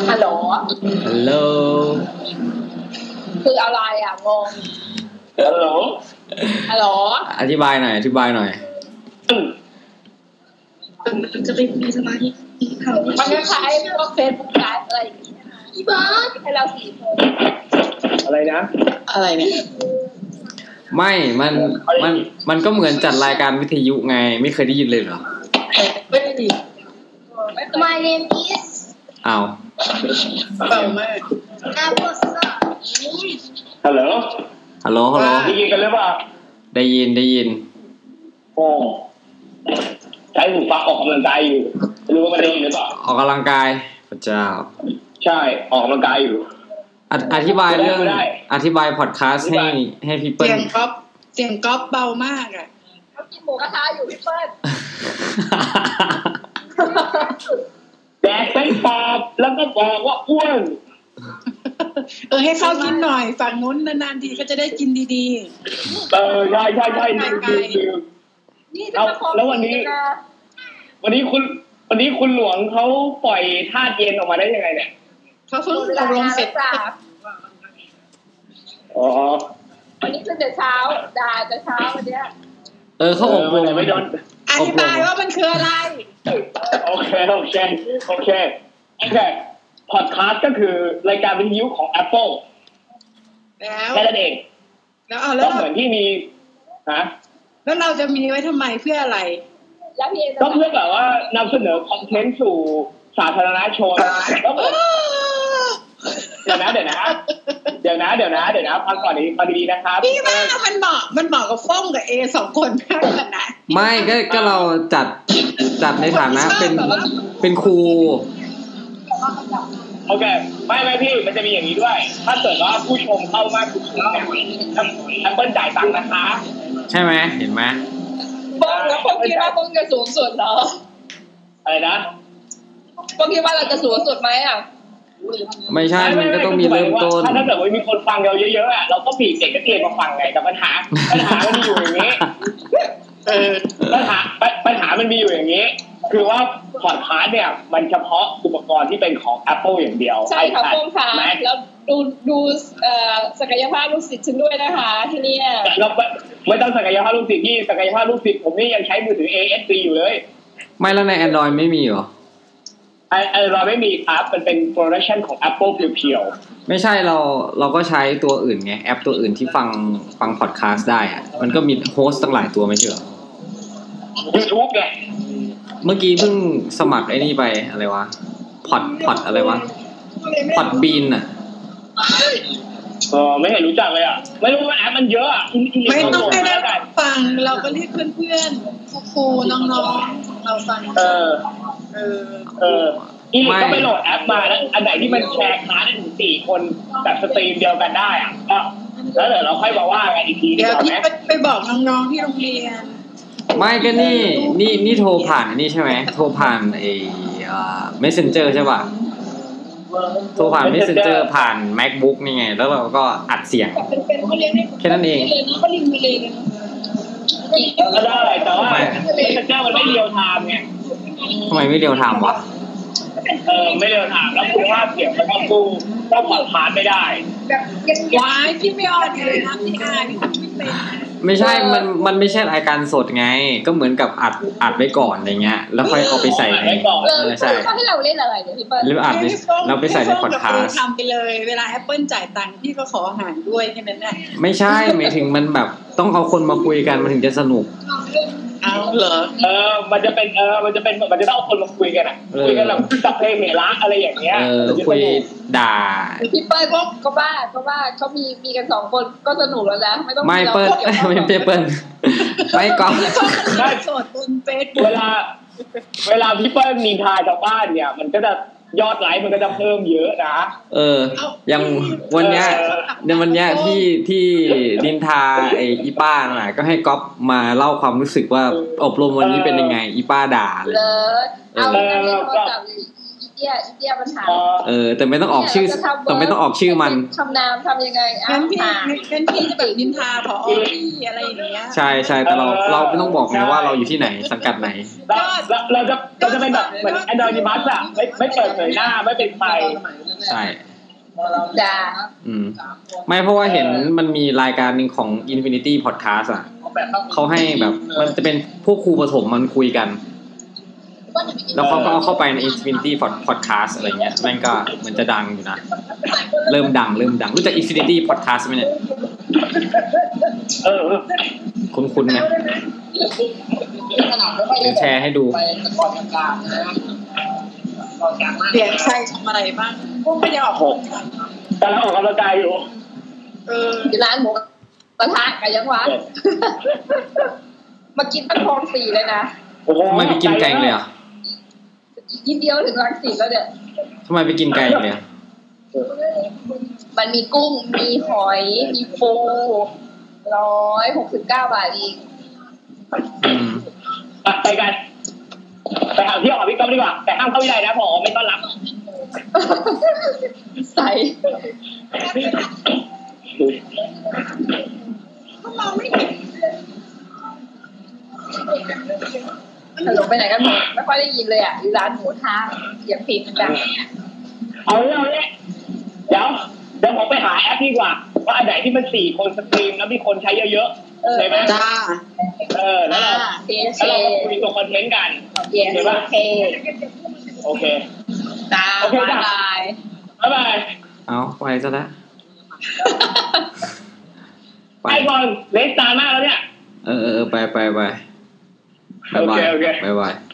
ฮัลโหลฮัลโหลคืออะไรอ่ะงงฮัลโหลอธิบายหน่อยจะไปมีสมาธิมันก็คล้ายพวกเฟซบุ๊กไลฟ์อะไรอย่างเงี้ยอีบ้าให้เรา4 คนอะไรนะอะไรเนี่ยไม่มันก็เหมือนจัดรายการวิทยุไงไม่เคยได้ยินเลยเหรอไม่ได้ยิน My name is อ้าวเบามากฮัลโหลได้ยินกันหรือเปล่าได้ยินโอ้ใช้หูฟังออกกำลังกายอยู่รู้ว่ามันได้ยินหรือเปล่าออกกำลังกายพระเจ้าใช่ออกกำลังกายอยู่อธิบายเรื่องอธิบายพอดคาสต์ให้พี่เปิ้ลเสียงก๊อฟเบามากอ่ะเขากินหมูกระทะอยู่พี่เปิ้ลแดกเป็นปอบแล้วก็บอกว่าอ้วนให้เข้ากินหน่อยฝั่งนู้นนานๆทีก็จะได้กินดีๆใช่นี่แล้ววันนี้คุณหลวงเขาปล่อยธาตุเย็นออกมาได้ยังไงเนี่ยเขาเพิ่งอบรมเสร็จวันนี้คือแต่เช้าด่าแต่เช้าวันเนี้ยเขาอบรมไม่โดนอธิบายว่ามันคืออะไรโอเคพอดคาสต์ก็คือรายการวิทยุของ Apple แล้วแค่นั้นเองแล้วเหมือนที่มีแล้วเราจะมีไว้ทำไมเพื่ออะไรก็เพื่อแบบว่านำเสนอคอนเทนต์สู่สาธารณชนแล้วเดี๋ยวนะฟังก่อนดีๆนะครับพี่ว่ามันเหมาะกับฟ้องกับเอ2 คนมากเลยนะไม่ก็เราจัดในฐานะเป็นครูโอเคไม่พี่มันจะมีอย่างนี้ด้วยถ้าเกิดว่าผู้ชมเข้ามากถึงเนี่ยApple จ่ายตังค์นะคะใช่ไหมเห็นไหมบ้องแล้วคนคิดว่าบ้องจะสูงสุดเหรออะไรนะบ้องคิดว่าเราจะสูงสุดไหมอ่ะไม่ใช่มันก็ต้องมีเริ่มต้นถ้าเกิดว่ามีคนฟังเราเยอะๆอ่ะเราก็ปีกเด็กก็เตรียมมาฟังไงแต่ปัญหามันมีอยู่อย่างนี้ปัญหามันมีอยู่อย่างนี้คือว่าพอดคาสต์เนี่ยมันเฉพาะอุปกรณ์ที่เป็นของ Apple อย่างเดียวใช่ค่ะป้องค่ะแล้วดูศักยภาพลูกศิษย์ฉันด้วยนะคะที่นี่เราไม่ต้องศักยภาพลูกศิษย์ที่ศักยภาพลูกศิษย์ผมนี่ยังใช้มือถือ ASC อยู่เลยไม่แล้วใน Android ไม่มีเหรอ Android ไม่มีครับมันเป็นโปรดักชั่นของ Apple เพียวๆไม่ใช่เราก็ใช้ตัวอื่นไงแอปตัวอื่นที่ฟังพอดคาสต์ได้อะมันก็มีโฮสต์ตั้งหลายตัวไม่ใช่เหรอ YouTube ไงเมื่อกี้เพิ่งสมัครไอ้นี่ไปอะไรวะพอดอะไรวะพอดบีนอ่ะไม่เห็นรู้จักเลยอ่ะไม่รู้ว่าแอปมันเยอะอ่ะไม่ต้องให้ได้ฟังเราก็เรียกเพื่อนๆครูน้องๆเราฟังอีลิก็ไปโหลดแอปมาแล้วอันไหนที่มันแชร์คลาสได้ถึง4 คนแบบสตรีมเดียวกันได้อ่ะก็แล้วเดี๋ยวเราค่อยมาว่ากันอีกทีเดี๋ยวพี่ไปบอกน้องๆที่โรงเรียนไม่ก็นี่โทรผ่านนี่ใช่ไหมโทรผ่านMessenger ใช่ป่ะโทรผ่าน Messenger ผ่าน MacBook นี่ไงแล้วเราก็อัดเสียงแค่นั้นเองก็ได้แต่ว่า Messenger มันไม่เรียลไทม์ไงทำไมไม่เรียลไทม์วะไม่เรียลไทม์แล้วคุณภาพเสียงมันก็ผ่อนผ่านไม่ได้วายพี่ไม่ออนเลยนะพี่อาร์พี่ไม่ใช่มันไม่ใช่รายการสดไงก็เหมือนกับอัดไว้ก่อนอะไรเงี้ยแล้วค่อยเอาไปใส่ในใช่ให้เราเล่นอะไรเนี่ยพี่เปิ้ลหรืออัดเราไปใส่ในพอดคาสต์ทำไปเลยเวลา Apple จ่ายตังค์พี่ก็ขออาหารด้วยแค่นั้นแหละไม่ใช่หมายถึงมันแบบต้องเอาคนมาคุยกันมันถึงจะสนุกเอาเหรอมันจะต้องเอาคนมาคุยกันอ่ะคุยกันแบบสัพเพเหระอะไรอย่างเงี้ยคุยด่าพี่เปิ้ลก็ว่าเขามีกัน2 คนก็สนุกแล้วนะไม่ต้องไม่เปิ้ลไม่เปิ้ลไม่ก่อนได้สดบนเฟซบุ๊กเวลาพี่เปิ้ลนินทาชาวบ้านเนี่ยมันก็จะยอดไลค์มันก็จะเพิ่มเยอะนะอย่างวันเนี้ยที่ดินทาไอ้อีป้าน่ะก็ให้ก๊อฟมาเล่าความรู้สึกว่าอบรมวันนี้เป็นยังไงอีป้าด่าเลยเอาเล่นโทรศัพท์เตี้ยปัญหาแต่ไม่ต้องออกชื่อแต่ไม่ต้องออกชื่อมันคำนามทำยังไงงั้นพี่จะแบบนินทาผอพี่อะไรอย่างเงี้ยใช่แต่เราไม่ต้องบอกไงว่าเราอยู่ที่ไหนสังกัดไหนเราจะเป็นแบบเหมือนแอนดรอยมัสอะไม่เปิดเผยหน้าไม่เป็นใครใช่จ้าไม่เพราะว่าเห็นมันมีรายการหนึ่งของ Infinity Podcast อ่ะเขาให้แบบมันจะเป็นพวกครูประถมมันคุยกัน แล้วเขาก็เอาเข้าไปใน Infinity Podcast อะไรเงี้ยแม่งก็เหมือนจะดังอยู่นะเริ่มดังรู้จัก Infinity Podcast ไหมเนี่ยคุ้นไหมเดี๋ยวแชร์ให้ดูเสียงใครทำอะไรบ้างพวกไม่ได้ออกแต่เราออกกำลังกายอยู่ที่ร้านหมูกระทะกันยังวะมากินตั้งคลอง4เลยนะทำไมไปกินไกลเลยอ่ะอีกเดียวถึงรังสิตแล้วเนี่ยทำไมไปกินไกลเลยอ่ะมันมีกุ้งมีหอยมีปู169 บาทอีกไปกันไปหาที่ออกพี่ก๊อฟดีกว่าแต่ห้ามเข้าวิไลนะผอไม่ต้อนรับใส่ ฮัลโหลไปไหนกันหมดไม่ค่อยได้ยินเลยอ่ะอยู่ร้านหมูทางเสียงเพลงดังเอาเลยเดี๋ยวผมไปหาแอปดีกว่าว่าอันไหนที่มัน4 คนสตรีมแล้วมีคนใช้เยอะๆใช่ไหมจ้าแล้วเราคุยตัวคอนเทนต์กันเย็นโอเคจ้าบ๊ายบายเอาไปซะแล้วไปก่อนเลสตาร์มากแล้วเนี่ยไปบายบาย